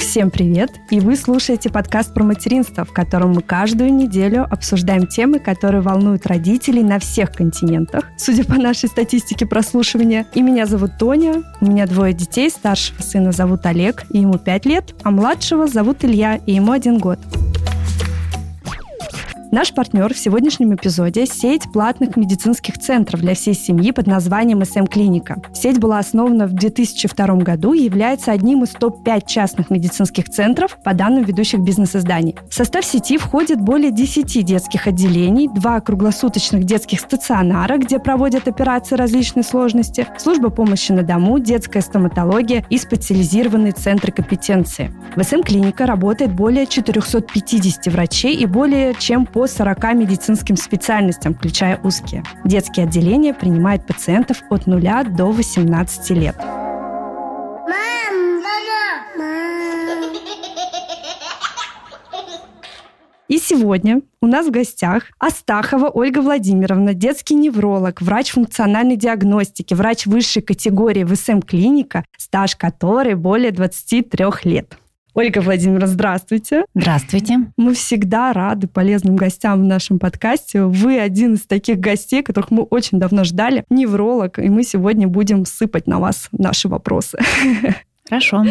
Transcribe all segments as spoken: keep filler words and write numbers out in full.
Всем привет! И вы слушаете подкаст про материнство, в котором мы каждую неделю обсуждаем темы, которые волнуют родителей на всех континентах, судя по нашей статистике прослушивания. И меня зовут Тоня, у меня двое детей, старшего сына зовут Олег, и ему пять лет, а младшего зовут Илья, и ему один год. Наш партнер в сегодняшнем эпизоде – сеть платных медицинских центров для всей семьи под названием эс эм Клиника. Сеть была основана в две тысячи втором году и является одним из топ пять частных медицинских центров по данным ведущих бизнес-изданий. В состав сети входит более десяти детских отделений, два круглосуточных детских стационара, где проводят операции различной сложности, служба помощи на дому, детская стоматология и специализированные центры компетенции. В эс эм Клиника работает более четырехсот пятидесяти врачей и более чем по сорока медицинским специальностям, включая узкие. Детские отделения принимают пациентов от нуля до восемнадцати лет. Мам, мама, мам. И сегодня у нас в гостях Астахова Ольга Владимировна, детский невролог, врач функциональной диагностики, врач высшей категории в эс эм Клиника, стаж которой более двадцати трёх лет. Ольга Владимировна, здравствуйте. Здравствуйте. Мы всегда рады полезным гостям в нашем подкасте. Вы один из таких гостей, которых мы очень давно ждали, невролог, и мы сегодня будем сыпать на вас наши вопросы. Хорошо.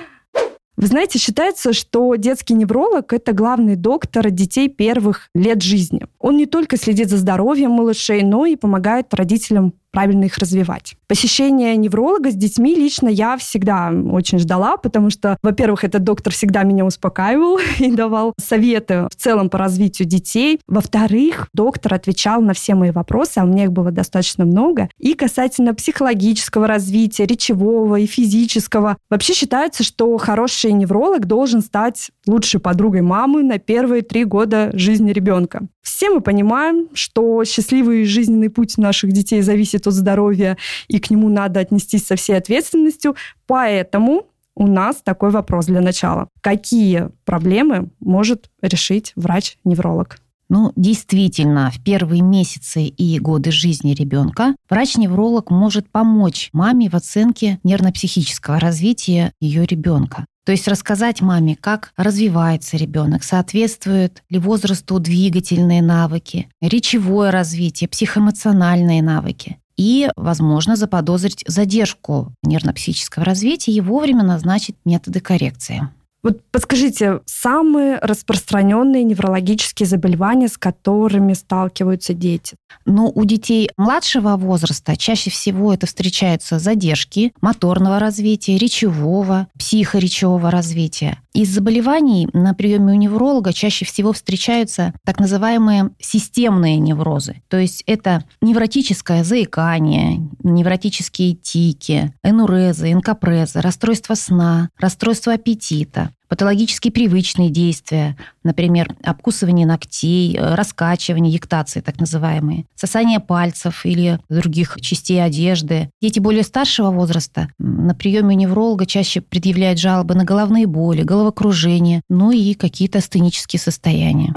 Вы знаете, считается, что детский невролог – это главный доктор детей первых лет жизни. Он не только следит за здоровьем малышей, но и помогает родителям правильно их развивать. Посещение невролога с детьми лично я всегда очень ждала, потому что, во-первых, этот доктор всегда меня успокаивал и давал советы в целом по развитию детей. Во-вторых, доктор отвечал на все мои вопросы, а у меня их было достаточно много, и касательно психологического развития, речевого и физического. Вообще считается, что хороший невролог должен стать лучшей подругой мамы на первые три года жизни ребенка. Все мы понимаем, что счастливый жизненный путь наших детей зависит от здоровья, и к нему надо отнестись со всей ответственностью. Поэтому у нас такой вопрос для начала. Какие проблемы может решить врач-невролог? Ну, действительно, в первые месяцы и годы жизни ребенка врач-невролог может помочь маме в оценке нервно-психического развития ее ребенка. То есть рассказать маме, как развивается ребенок, соответствуют ли возрасту двигательные навыки, речевое развитие, психоэмоциональные навыки. И, возможно, заподозрить задержку нервно-психического развития и вовремя назначить методы коррекции. Вот подскажите, самые распространенные неврологические заболевания, с которыми сталкиваются дети? Ну, у детей младшего возраста чаще всего это встречаются задержки моторного развития, речевого, психоречевого развития. Из заболеваний на приеме у невролога чаще всего встречаются так называемые системные неврозы. То есть это невротическое заикание, невротические тики, энурезы, энкапрезы, расстройство сна, расстройство аппетита, патологически привычные действия, например, обкусывание ногтей, раскачивание, яктации так называемые, сосание пальцев или других частей одежды. Дети более старшего возраста на приеме у невролога чаще предъявляют жалобы на головные боли, головокружение, ну и какие-то астенические состояния.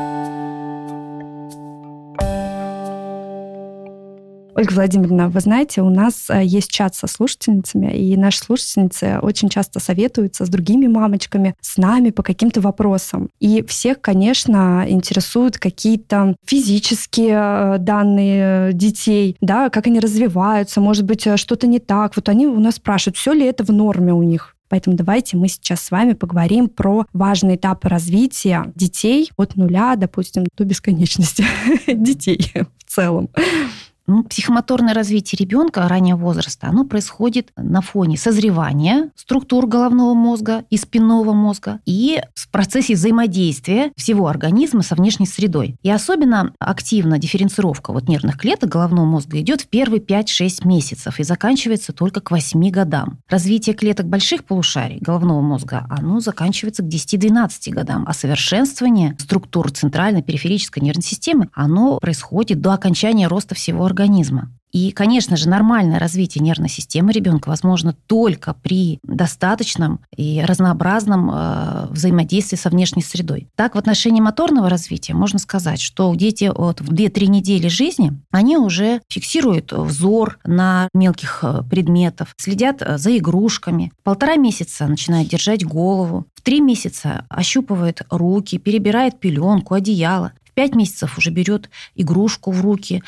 Ольга Владимировна, вы знаете, у нас есть чат со слушательницами, и наши слушательницы очень часто советуются с другими мамочками, с нами по каким-то вопросам. И всех, конечно, интересуют какие-то физические данные детей, да, как они развиваются, может быть, что-то не так. Вот они у нас спрашивают, все ли это в норме у них. Поэтому давайте мы сейчас с вами поговорим про важные этапы развития детей от нуля, допустим, до бесконечности детей в целом. Ну, психомоторное развитие ребенка раннего возраста, оно происходит на фоне созревания структур головного мозга и спинного мозга и в процессе взаимодействия всего организма со внешней средой. И особенно активно дифференцировка вот нервных клеток головного мозга идет в первые пять-шесть месяцев и заканчивается только к восьми годам. Развитие клеток больших полушарий головного мозга, оно заканчивается к десяти-двенадцати годам, а совершенствование структур центральной периферической нервной системы, оно происходит до окончания роста всего организма. И, конечно же, нормальное развитие нервной системы ребенка возможно только при достаточном и разнообразном э, взаимодействии со внешней средой. Так, в отношении моторного развития можно сказать, что дети вот в две-три недели жизни, они уже фиксируют взор на мелких предметов, следят за игрушками. В полтора месяца начинают держать голову. В три месяца ощупывает руки, перебирает пеленку, одеяло. В пять месяцев уже берет игрушку в руки.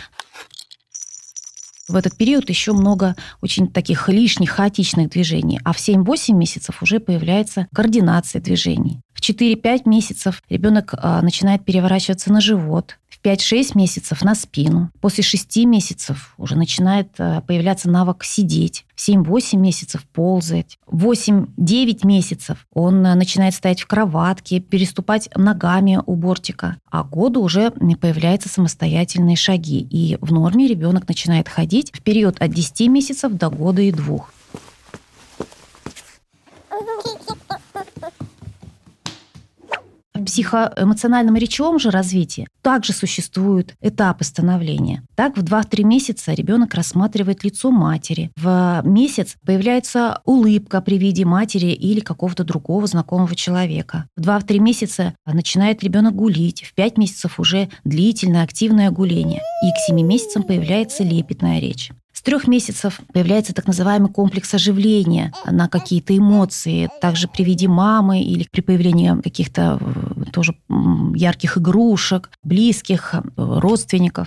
В этот период еще много очень таких лишних, хаотичных движений. А в семь-восемь месяцев уже появляется координация движений. В четыре-пять месяцев ребенок начинает переворачиваться на живот. В пять-шесть месяцев на спину. После шести месяцев уже начинает появляться навык сидеть. В семь-восемь месяцев ползать. В восемь-девять месяцев он начинает стоять в кроватке, переступать ногами у бортика. А к году уже появляются самостоятельные шаги. И в норме ребенок начинает ходить в период от десяти месяцев до года и двух. В психоэмоциональном и речевом же развитии также существуют этапы становления. Так, в два-три месяца ребенок рассматривает лицо матери. В месяц появляется улыбка при виде матери или какого-то другого знакомого человека. В два-три месяца начинает ребенок гулить. В пять месяцев уже длительное активное гуление. И к семи месяцам появляется лепетная речь. С трех месяцев появляется так называемый комплекс оживления на какие-то эмоции. Также при виде мамы или при появлении каких-то тоже ярких игрушек, близких, родственников.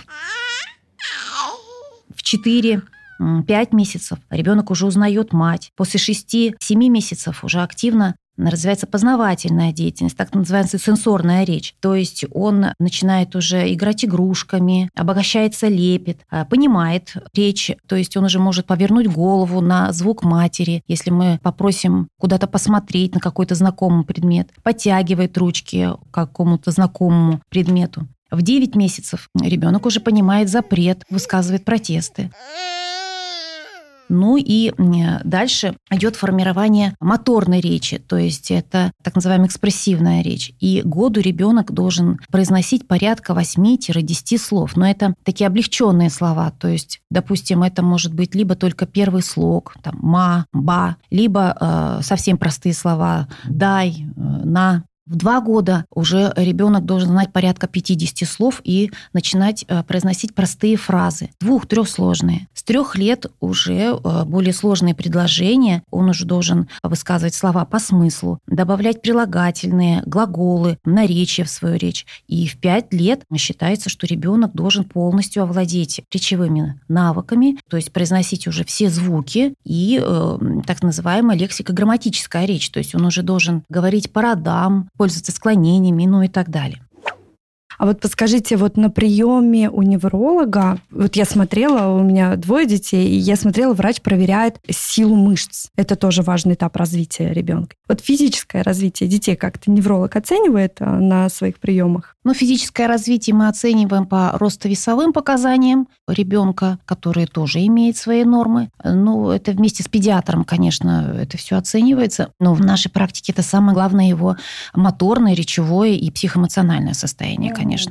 В четыре-пять месяцев ребенок уже узнает мать. После шести-семи месяцев уже активно развивается познавательная деятельность, так называемая сенсорная речь. То есть он начинает уже играть игрушками, обогащается лепет, понимает речь, то есть он уже может повернуть голову на звук матери, если мы попросим куда-то посмотреть на какой-то знакомый предмет, подтягивает ручки к какому-то знакомому предмету. В девять месяцев ребенок уже понимает запрет, высказывает протесты. Ну и дальше идет формирование моторной речи, то есть это так называемая экспрессивная речь. И к году ребенок должен произносить порядка восьми-десяти слов. Но это такие облегченные слова, то есть, допустим, это может быть либо только первый слог, там, ма, ба, либо э, совсем простые слова дай, э, на. В два года уже ребенок должен знать порядка пятидесяти слов и начинать произносить простые фразы, двух-трехсложные. С трех лет уже более сложные предложения, он уже должен высказывать слова по смыслу, добавлять прилагательные, глаголы, наречия в свою речь. И в пять лет считается, что ребенок должен полностью овладеть речевыми навыками, то есть произносить уже все звуки и э, так называемая лексико-грамматическая речь, то есть он уже должен говорить по родам, пользоваться склонениями, ну и так далее. А вот подскажите, вот на приеме у невролога, вот я смотрела, у меня двое детей, и я смотрела, врач проверяет силу мышц. Это тоже важный этап развития ребенка. Вот физическое развитие детей как-то невролог оценивает на своих приемах? Ну, физическое развитие мы оцениваем по ростовесовым показаниям ребенка, которые тоже имеют свои нормы. Ну, это вместе с педиатром, конечно, это все оценивается. Но в нашей практике это самое главное его моторное, речевое и психоэмоциональное состояние, конечно. Конечно.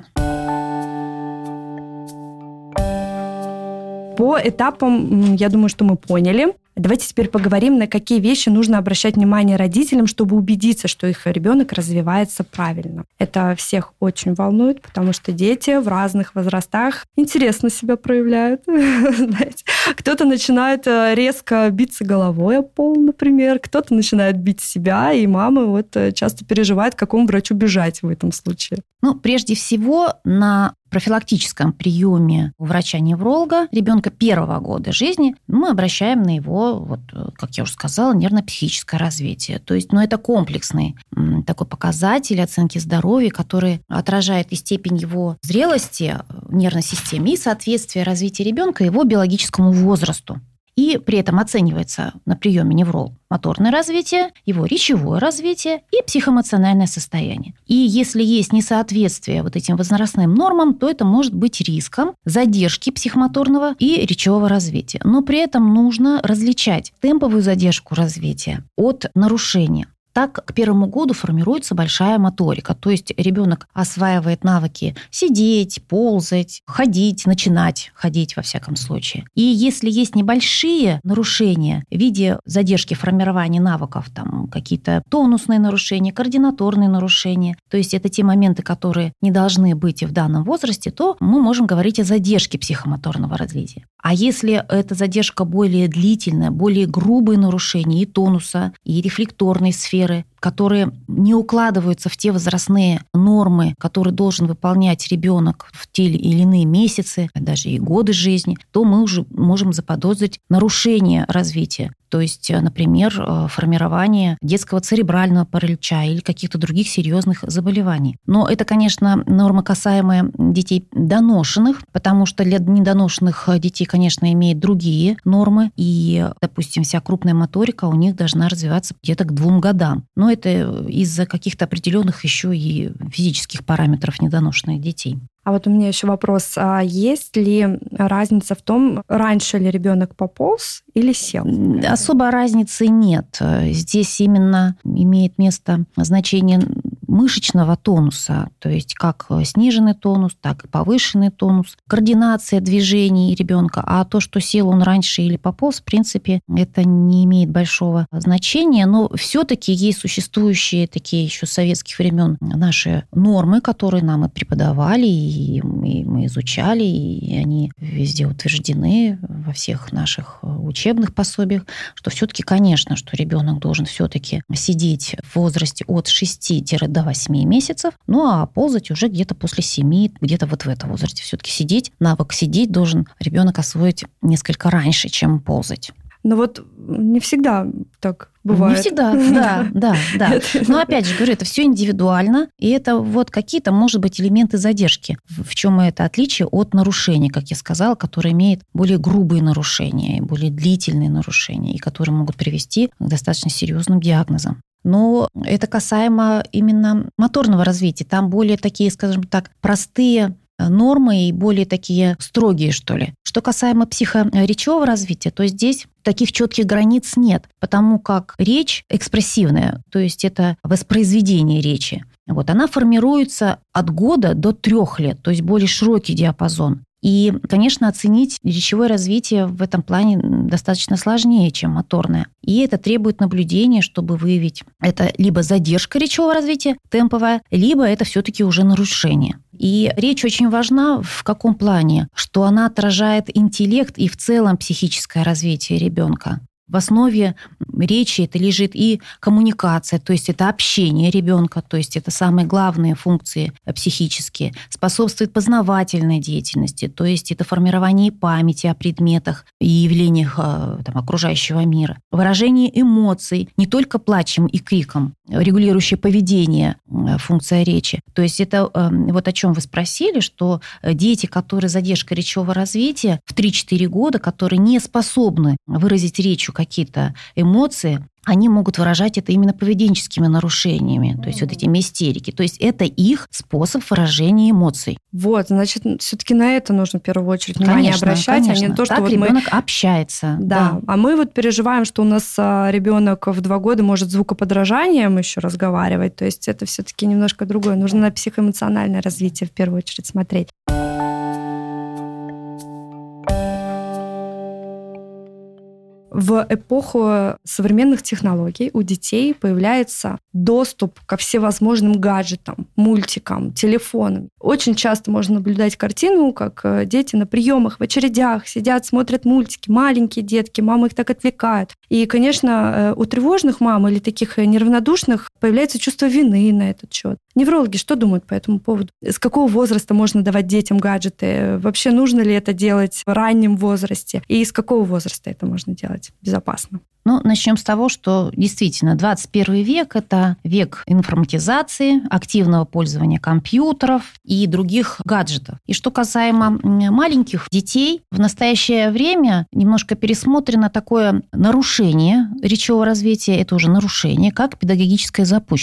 По этапам, я думаю, что мы поняли. Давайте теперь поговорим, на какие вещи нужно обращать внимание родителям, чтобы убедиться, что их ребенок развивается правильно. Это всех очень волнует, потому что дети в разных возрастах интересно себя проявляют. Кто-то начинает резко биться головой об пол, например, кто-то начинает бить себя, и мамы вот часто переживают, к какому врачу бежать в этом случае. Ну, прежде всего, на профилактическом приеме у врача-невролога ребенка первого года жизни мы обращаем на его, вот, как я уже сказала, нервно-психическое развитие. То есть, ну, это комплексный такой показатель оценки здоровья, который отражает и степень его зрелости в нервной системе, и соответствие развития ребенка его биологическому возрасту. И при этом оценивается на приеме невролог моторное развитие, его речевое развитие и психоэмоциональное состояние. И если есть несоответствие вот этим возрастным нормам, то это может быть риском задержки психомоторного и речевого развития. Но при этом нужно различать темповую задержку развития от нарушения. Так, к первому году формируется большая моторика, то есть ребенок осваивает навыки сидеть, ползать, ходить, начинать ходить во всяком случае. И если есть небольшие нарушения в виде задержки формирования навыков, там какие-то тонусные нарушения, координаторные нарушения, то есть это те моменты, которые не должны быть в данном возрасте, то мы можем говорить о задержке психомоторного развития. А если эта задержка более длительная, более грубые нарушения и тонуса, и рефлекторной сферы, которые не укладываются в те возрастные нормы, которые должен выполнять ребенок в те или иные месяцы, даже и годы жизни, то мы уже можем заподозрить нарушение развития. То есть, например, формирование детского церебрального паралича или каких-то других серьезных заболеваний. Но это, конечно, нормы, касаемые детей доношенных, потому что для недоношенных детей, конечно, имеют другие нормы. И, допустим, вся крупная моторика у них должна развиваться где-то к двум годам. Но это из-за каких-то определенных еще и физических параметров недоношенных детей. А вот у меня еще вопрос. А есть ли разница в том, раньше ли ребенок пополз или сел? Особо разницы нет. Здесь именно имеет место значение мышечного тонуса, то есть как сниженный тонус, так и повышенный тонус, координация движений ребенка. А то, что сел он раньше или пополз, в принципе, это не имеет большого значения. Но все-таки есть существующие такие еще с советских времен наши нормы, которые нам и преподавали, и мы изучали, и они везде утверждены во всех наших учебных пособиях, что все-таки, конечно, что ребенок должен все-таки сидеть в возрасте от шести до восьми месяцев, ну а ползать уже где-то после семи, где-то вот в этом возрасте. Все-таки сидеть, навык сидеть должен ребенок освоить несколько раньше, чем ползать. Но вот не всегда так бывает. Не всегда, да, да, да. Но опять же, говорю, это все индивидуально, и это вот какие-то, может быть, элементы задержки. В чем это отличие от нарушений, как я сказала, которые имеют более грубые нарушения, более длительные нарушения, и которые могут привести к достаточно серьезным диагнозам. Но это касаемо именно моторного развития. Там более такие, скажем так, простые нормы и более такие строгие, что ли. Что касаемо психоречевого развития, то здесь таких четких границ нет, потому как речь экспрессивная, то есть это воспроизведение речи. Вот, она формируется от года до трех лет, то есть более широкий диапазон. И, конечно, оценить речевое развитие в этом плане достаточно сложнее, чем моторное. И это требует наблюдения, чтобы выявить, это либо задержка речевого развития темповая, либо это все-таки уже нарушение. И речь очень важна в каком плане? Что она отражает интеллект и в целом психическое развитие ребенка. В основе речи это лежит и коммуникация, то есть это общение ребенка, то есть это самые главные функции психические, способствует познавательной деятельности, то есть это формирование памяти о предметах и явлениях там, окружающего мира, выражение эмоций, не только плачем и криком, регулирующее поведение, функция речи. То есть это вот о чем вы спросили, что дети, которые задержка речевого развития в три-четыре года, которые не способны выразить речью какие-то эмоции, они могут выражать это именно поведенческими нарушениями, то есть вот этими истерики. То есть это их способ выражения эмоций. Вот, значит, все-таки на это нужно в первую очередь внимание конечно, обращать, конечно. а не то, что так вот ребенок мы... общается. Да. да, а мы вот переживаем, что у нас ребенок в два года может звукоподражанием еще разговаривать, то есть это все-таки немножко другое. Нужно на психоэмоциональное развитие в первую очередь смотреть. В эпоху современных технологий у детей появляется доступ ко всевозможным гаджетам, мультикам, телефонам. Очень часто можно наблюдать картину, как дети на приемах, в очередях сидят, смотрят мультики, маленькие детки, мамы их так отвлекают. И, конечно, у тревожных мам или таких неравнодушных появляется чувство вины на этот счет. Неврологи что думают по этому поводу? С какого возраста можно давать детям гаджеты? Вообще нужно ли это делать в раннем возрасте? И с какого возраста это можно делать безопасно? Ну, начнем с того, что действительно двадцать первый век – это век информатизации, активного пользования компьютеров и других гаджетов. И что касаемо маленьких детей, в настоящее время немножко пересмотрено такое нарушение речевого развития, это уже нарушение, как педагогическая запущенность.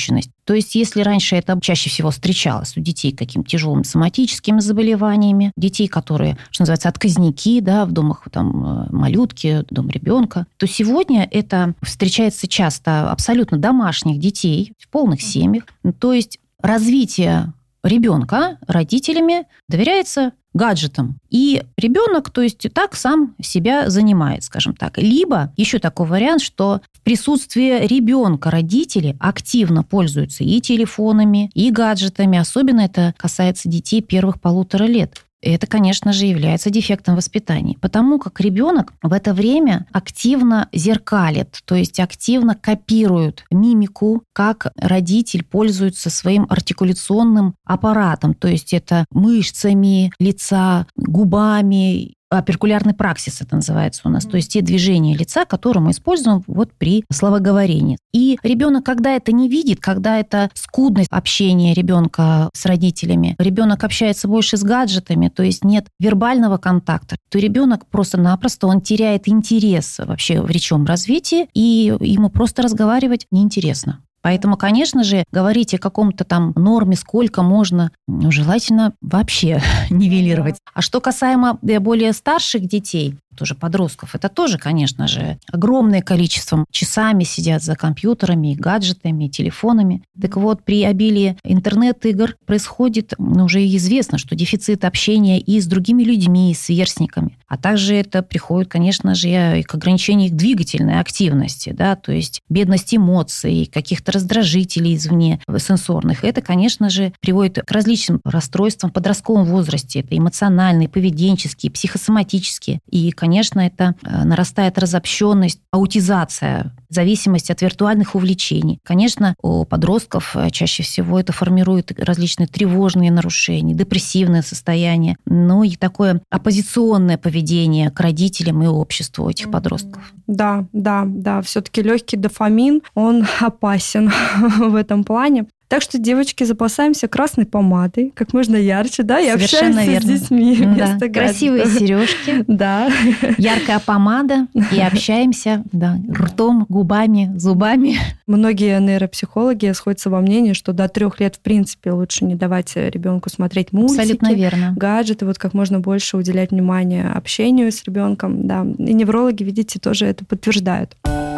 То есть, если раньше это чаще всего встречалось у детей какими-то тяжелыми соматическими заболеваниями, детей, которые, что называется, отказники, да, в домах там малютки, дом ребенка, то сегодня это встречается часто абсолютно домашних детей в полных семьях. То есть развитие ребенка родителями доверяется гаджетам. И ребенок, то есть, так сам себя занимает, скажем так. Либо еще такой вариант, что в присутствии ребенка родители активно пользуются и телефонами, и гаджетами. Особенно это касается детей первых полутора лет. Это, конечно же, является дефектом воспитания, потому как ребенок в это время активно зеркалит, то есть активно копирует мимику, как родитель пользуется своим артикуляционным аппаратом, то есть это мышцами лица, губами. Аперкулярный праксис это называется у нас, то есть те движения лица, которые мы используем вот при словоговорении. И ребенок, когда это не видит, когда это скудность общения ребенка с родителями, ребенок общается больше с гаджетами, то есть нет вербального контакта, то ребенок просто-напросто он теряет интерес вообще в речевом развитии, и ему просто разговаривать неинтересно. Поэтому, конечно же, говорить о каком-то там норме, сколько можно, ну, желательно вообще нивелировать. А что касаемо более старших детей, тоже подростков, это тоже, конечно же, огромное количество часами сидят за компьютерами, и гаджетами, и телефонами. Так вот, при обилии интернет-игр происходит, ну, уже известно, что дефицит общения и с другими людьми, и с сверстниками. А также это приходит, конечно же, и к ограничению их двигательной активности, да, то есть бедность эмоций, каких-то раздражителей извне, сенсорных. Это, конечно же, приводит к различным расстройствам в подростковом возрасте. Это эмоциональные, поведенческие, психосоматические. И, конечно, это нарастает разобщенность, аутизация, зависимость от виртуальных увлечений. Конечно, у подростков чаще всего это формирует различные тревожные нарушения, депрессивное состояние, ну и такое оппозиционное поведение к родителям и обществу этих подростков. Да, да, да. Все-таки легкий дофамин, он опасен в этом плане. Так что, девочки, запасаемся красной помадой как можно ярче, да, и совершенно общаемся верно. с детьми. Да. Красивые сережки, да. Яркая помада, и общаемся, да, ртом, губами, зубами. Многие нейропсихологи сходятся во мнении, что до трех лет, в принципе, лучше не давать ребенку смотреть мультики, абсолютно верно. Гаджеты, вот как можно больше уделять внимание общению с ребенком. Да. И неврологи, видите, тоже это подтверждают.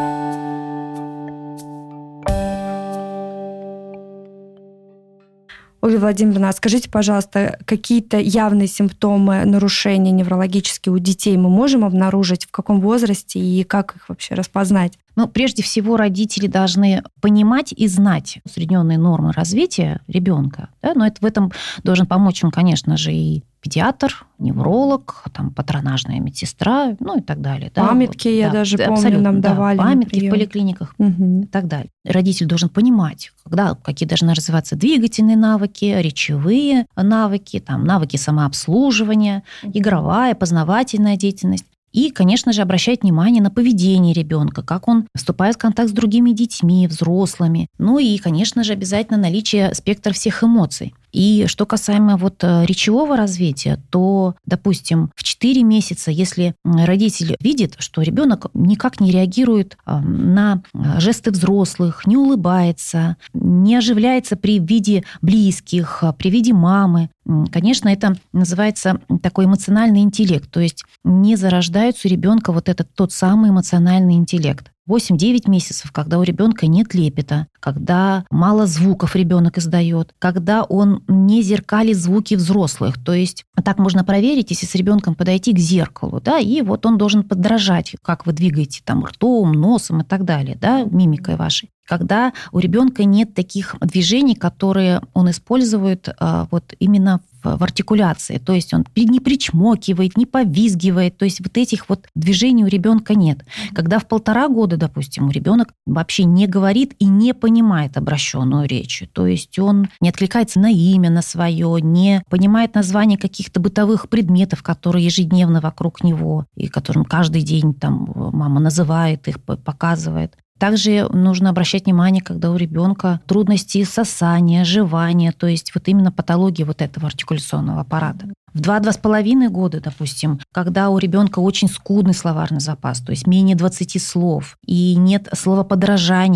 Ольга Владимировна, скажите, пожалуйста, какие-то явные симптомы нарушения неврологические у детей мы можем обнаружить, в каком возрасте и как их вообще распознать? Ну, прежде всего, родители должны понимать и знать усредненные нормы развития ребенка. Да? Но это в этом должен помочь им, конечно же, и педиатр, невролог, там, патронажная медсестра, ну и так далее. Да? Памятки, вот, я да, даже помню, нам да, давали. Памятки в поликлиниках угу. и так далее. Родитель должен понимать, когда, какие должны развиваться двигательные навыки, речевые навыки, там, навыки самообслуживания, игровая, познавательная деятельность. И, конечно же, обращать внимание на поведение ребенка, как он вступает в контакт с другими детьми, взрослыми. Ну и, конечно же, обязательно наличие спектра всех эмоций. И что касаемо вот речевого развития, то, допустим, в четыре месяца, если родитель видит, что ребенок никак не реагирует на жесты взрослых, не улыбается, не оживляется при виде близких, при виде мамы, конечно, это называется такой эмоциональный интеллект, то есть не зарождается у ребенка вот этот тот самый эмоциональный интеллект. восемь-девять месяцев, когда у ребенка нет лепета, когда мало звуков ребенок издает, когда он не зеркалит звуки взрослых. То есть так можно проверить, если с ребенком подойти к зеркалу, да, и вот он должен подражать, как вы двигаете там ртом, носом и так далее, да, мимикой вашей. Когда у ребенка нет таких движений, которые он использует а, вот именно в, в артикуляции. То есть он не причмокивает, не повизгивает. То есть вот этих вот движений у ребенка нет. Когда в полтора года, допустим, у ребенок вообще не говорит и не понимает обращенную речь. То есть он не откликается на имя, на свое, не понимает название каких-то бытовых предметов, которые ежедневно вокруг него, и которым каждый день там мама называет их, показывает. Также нужно обращать внимание, когда у ребенка трудности сосания, жевания, то есть вот именно патологии вот этого артикуляционного аппарата. В два-два с половиной года, допустим, когда у ребенка очень скудный словарный запас, то есть менее двадцати слов, и нет словоподражания,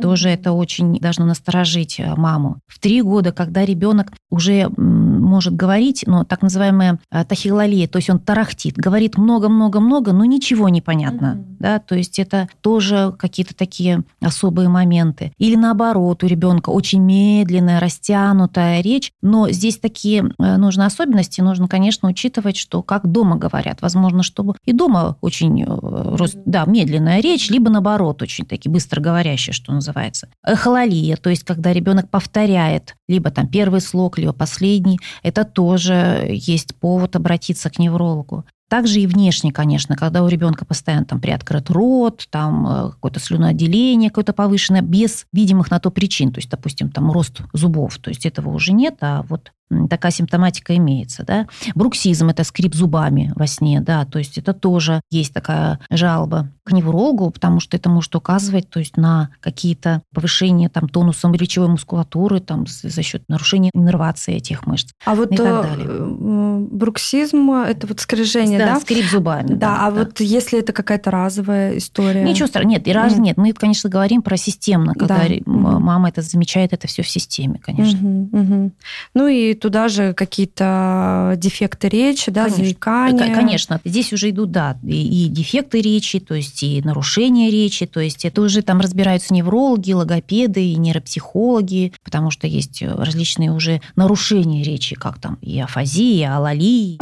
Тоже это очень должно насторожить маму. В три года, когда ребенок уже может говорить, ну, так называемая тахилалия, то есть он тарахтит, говорит много-много-много, но ничего не понятно. Mm-hmm. Да? То есть это тоже какие-то такие особые моменты. Или наоборот, у ребенка очень медленная, растянутая речь, но здесь такие нужны особенности, нужно, конечно, учитывать, что как дома говорят. Возможно, чтобы и дома очень да, медленная речь, либо наоборот, очень такие быстроговорящие, что называется. Эхолалия, то есть когда ребенок повторяет либо там первый слог, либо последний, это тоже есть повод обратиться к неврологу. Также и внешне, конечно, когда у ребенка постоянно там приоткрыт рот, там какое-то слюноотделение какое-то повышенное, без видимых на то причин. То есть, допустим, там рост зубов. То есть этого уже нет, а вот такая симптоматика имеется. Да? Бруксизм – это скрип зубами во сне. Да? То есть это тоже есть такая жалоба к неврологу, потому что это может указывать то есть, на какие-то повышения там, тонуса речевой мускулатуры там, за счет нарушения иннервации этих мышц. А вот и так далее. Бруксизм – это вот скрежение, да? Да, скрип зубами. Да, да а да. вот если это какая-то разовая история? Ничего страшного. Нет, и раз mm. нет. Мы, конечно, говорим про системно, когда да. мама это замечает, это все в системе, конечно. Mm-hmm. Mm-hmm. Ну и туда же какие-то дефекты речи, да, конечно. заикания. Конечно. Здесь уже идут, да, и, и дефекты речи, то есть и нарушения речи, то есть это уже там разбираются неврологи, логопеды и нейропсихологи, потому что есть различные уже нарушения речи, как там и афазия, и алалия.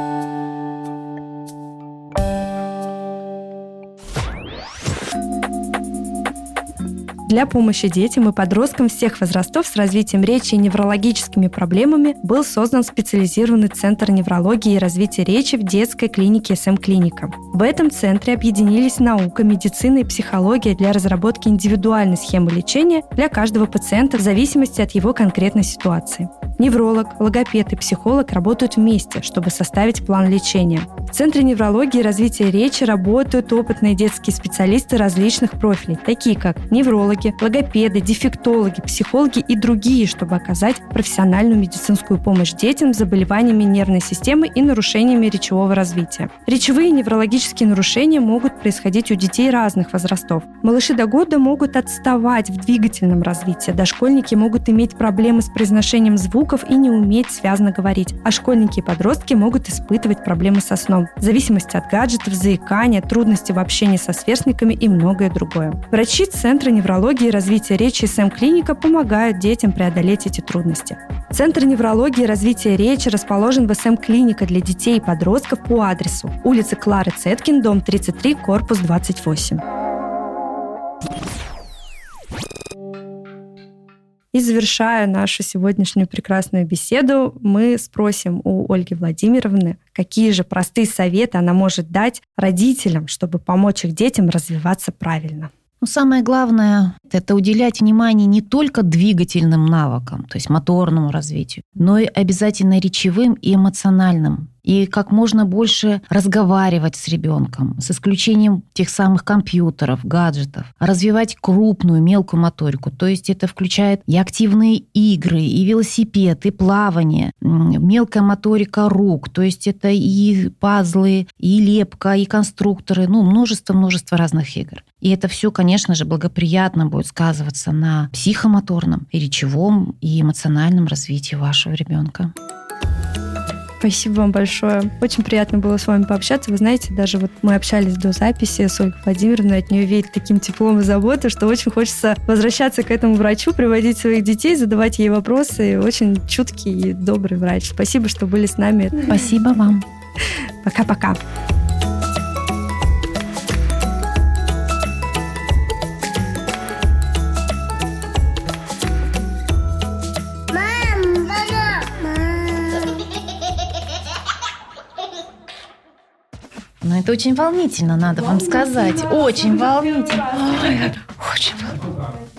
Для помощи детям и подросткам всех возрастов с развитием речи и неврологическими проблемами был создан специализированный центр неврологии и развития речи в детской клинике эс эм-клиника. В этом центре объединились наука, медицина и психология для разработки индивидуальной схемы лечения для каждого пациента в зависимости от его конкретной ситуации. Невролог, логопед и психолог работают вместе, чтобы составить план лечения. В Центре неврологии и развития речи работают опытные детские специалисты различных профилей, такие как неврологи, логопеды, дефектологи, психологи и другие, чтобы оказать профессиональную медицинскую помощь детям с заболеваниями нервной системы и нарушениями речевого развития. Речевые и неврологические нарушения могут происходить у детей разных возрастов. Малыши до года могут отставать в двигательном развитии, дошкольники могут иметь проблемы с произношением звуков и не уметь связно говорить, а школьники и подростки могут испытывать проблемы со сном, в зависимости от гаджетов, заикания, трудностей в общении со сверстниками и многое другое. Врачи Центра неврологии и развития речи эс эм-клиника помогают детям преодолеть эти трудности. Центр неврологии и развития речи расположен в эс эм-клиника для детей и подростков по адресу улица Клары Цеткин, дом тридцать три, корпус двадцать восемь. И завершая нашу сегодняшнюю прекрасную беседу, мы спросим у Ольги Владимировны, какие же простые советы она может дать родителям, чтобы помочь их детям развиваться правильно. Ну, самое главное – это уделять внимание не только двигательным навыкам, то есть моторному развитию, но и обязательно речевым и эмоциональным. И как можно больше разговаривать с ребенком, с исключением тех самых компьютеров, гаджетов. Развивать крупную, мелкую моторику. То есть это включает и активные игры, и велосипед, и плавание, мелкая моторика рук. То есть это и пазлы, и лепка, и конструкторы. Ну, множество-множество разных игр. И это все, конечно же, благоприятно будет сказываться на психомоторном, и речевом, и эмоциональном развитии вашего ребенка. Спасибо вам большое. Очень приятно было с вами пообщаться. Вы знаете, даже вот мы общались до записи с Ольгой Владимировной, от нее веет таким теплом и заботой, что очень хочется возвращаться к этому врачу, приводить своих детей, задавать ей вопросы. Очень чуткий и добрый врач. Спасибо, что были с нами. Спасибо вам. Пока-пока. Но это очень волнительно, надо вам сказать. Очень волнительно. Ой, очень волнительно.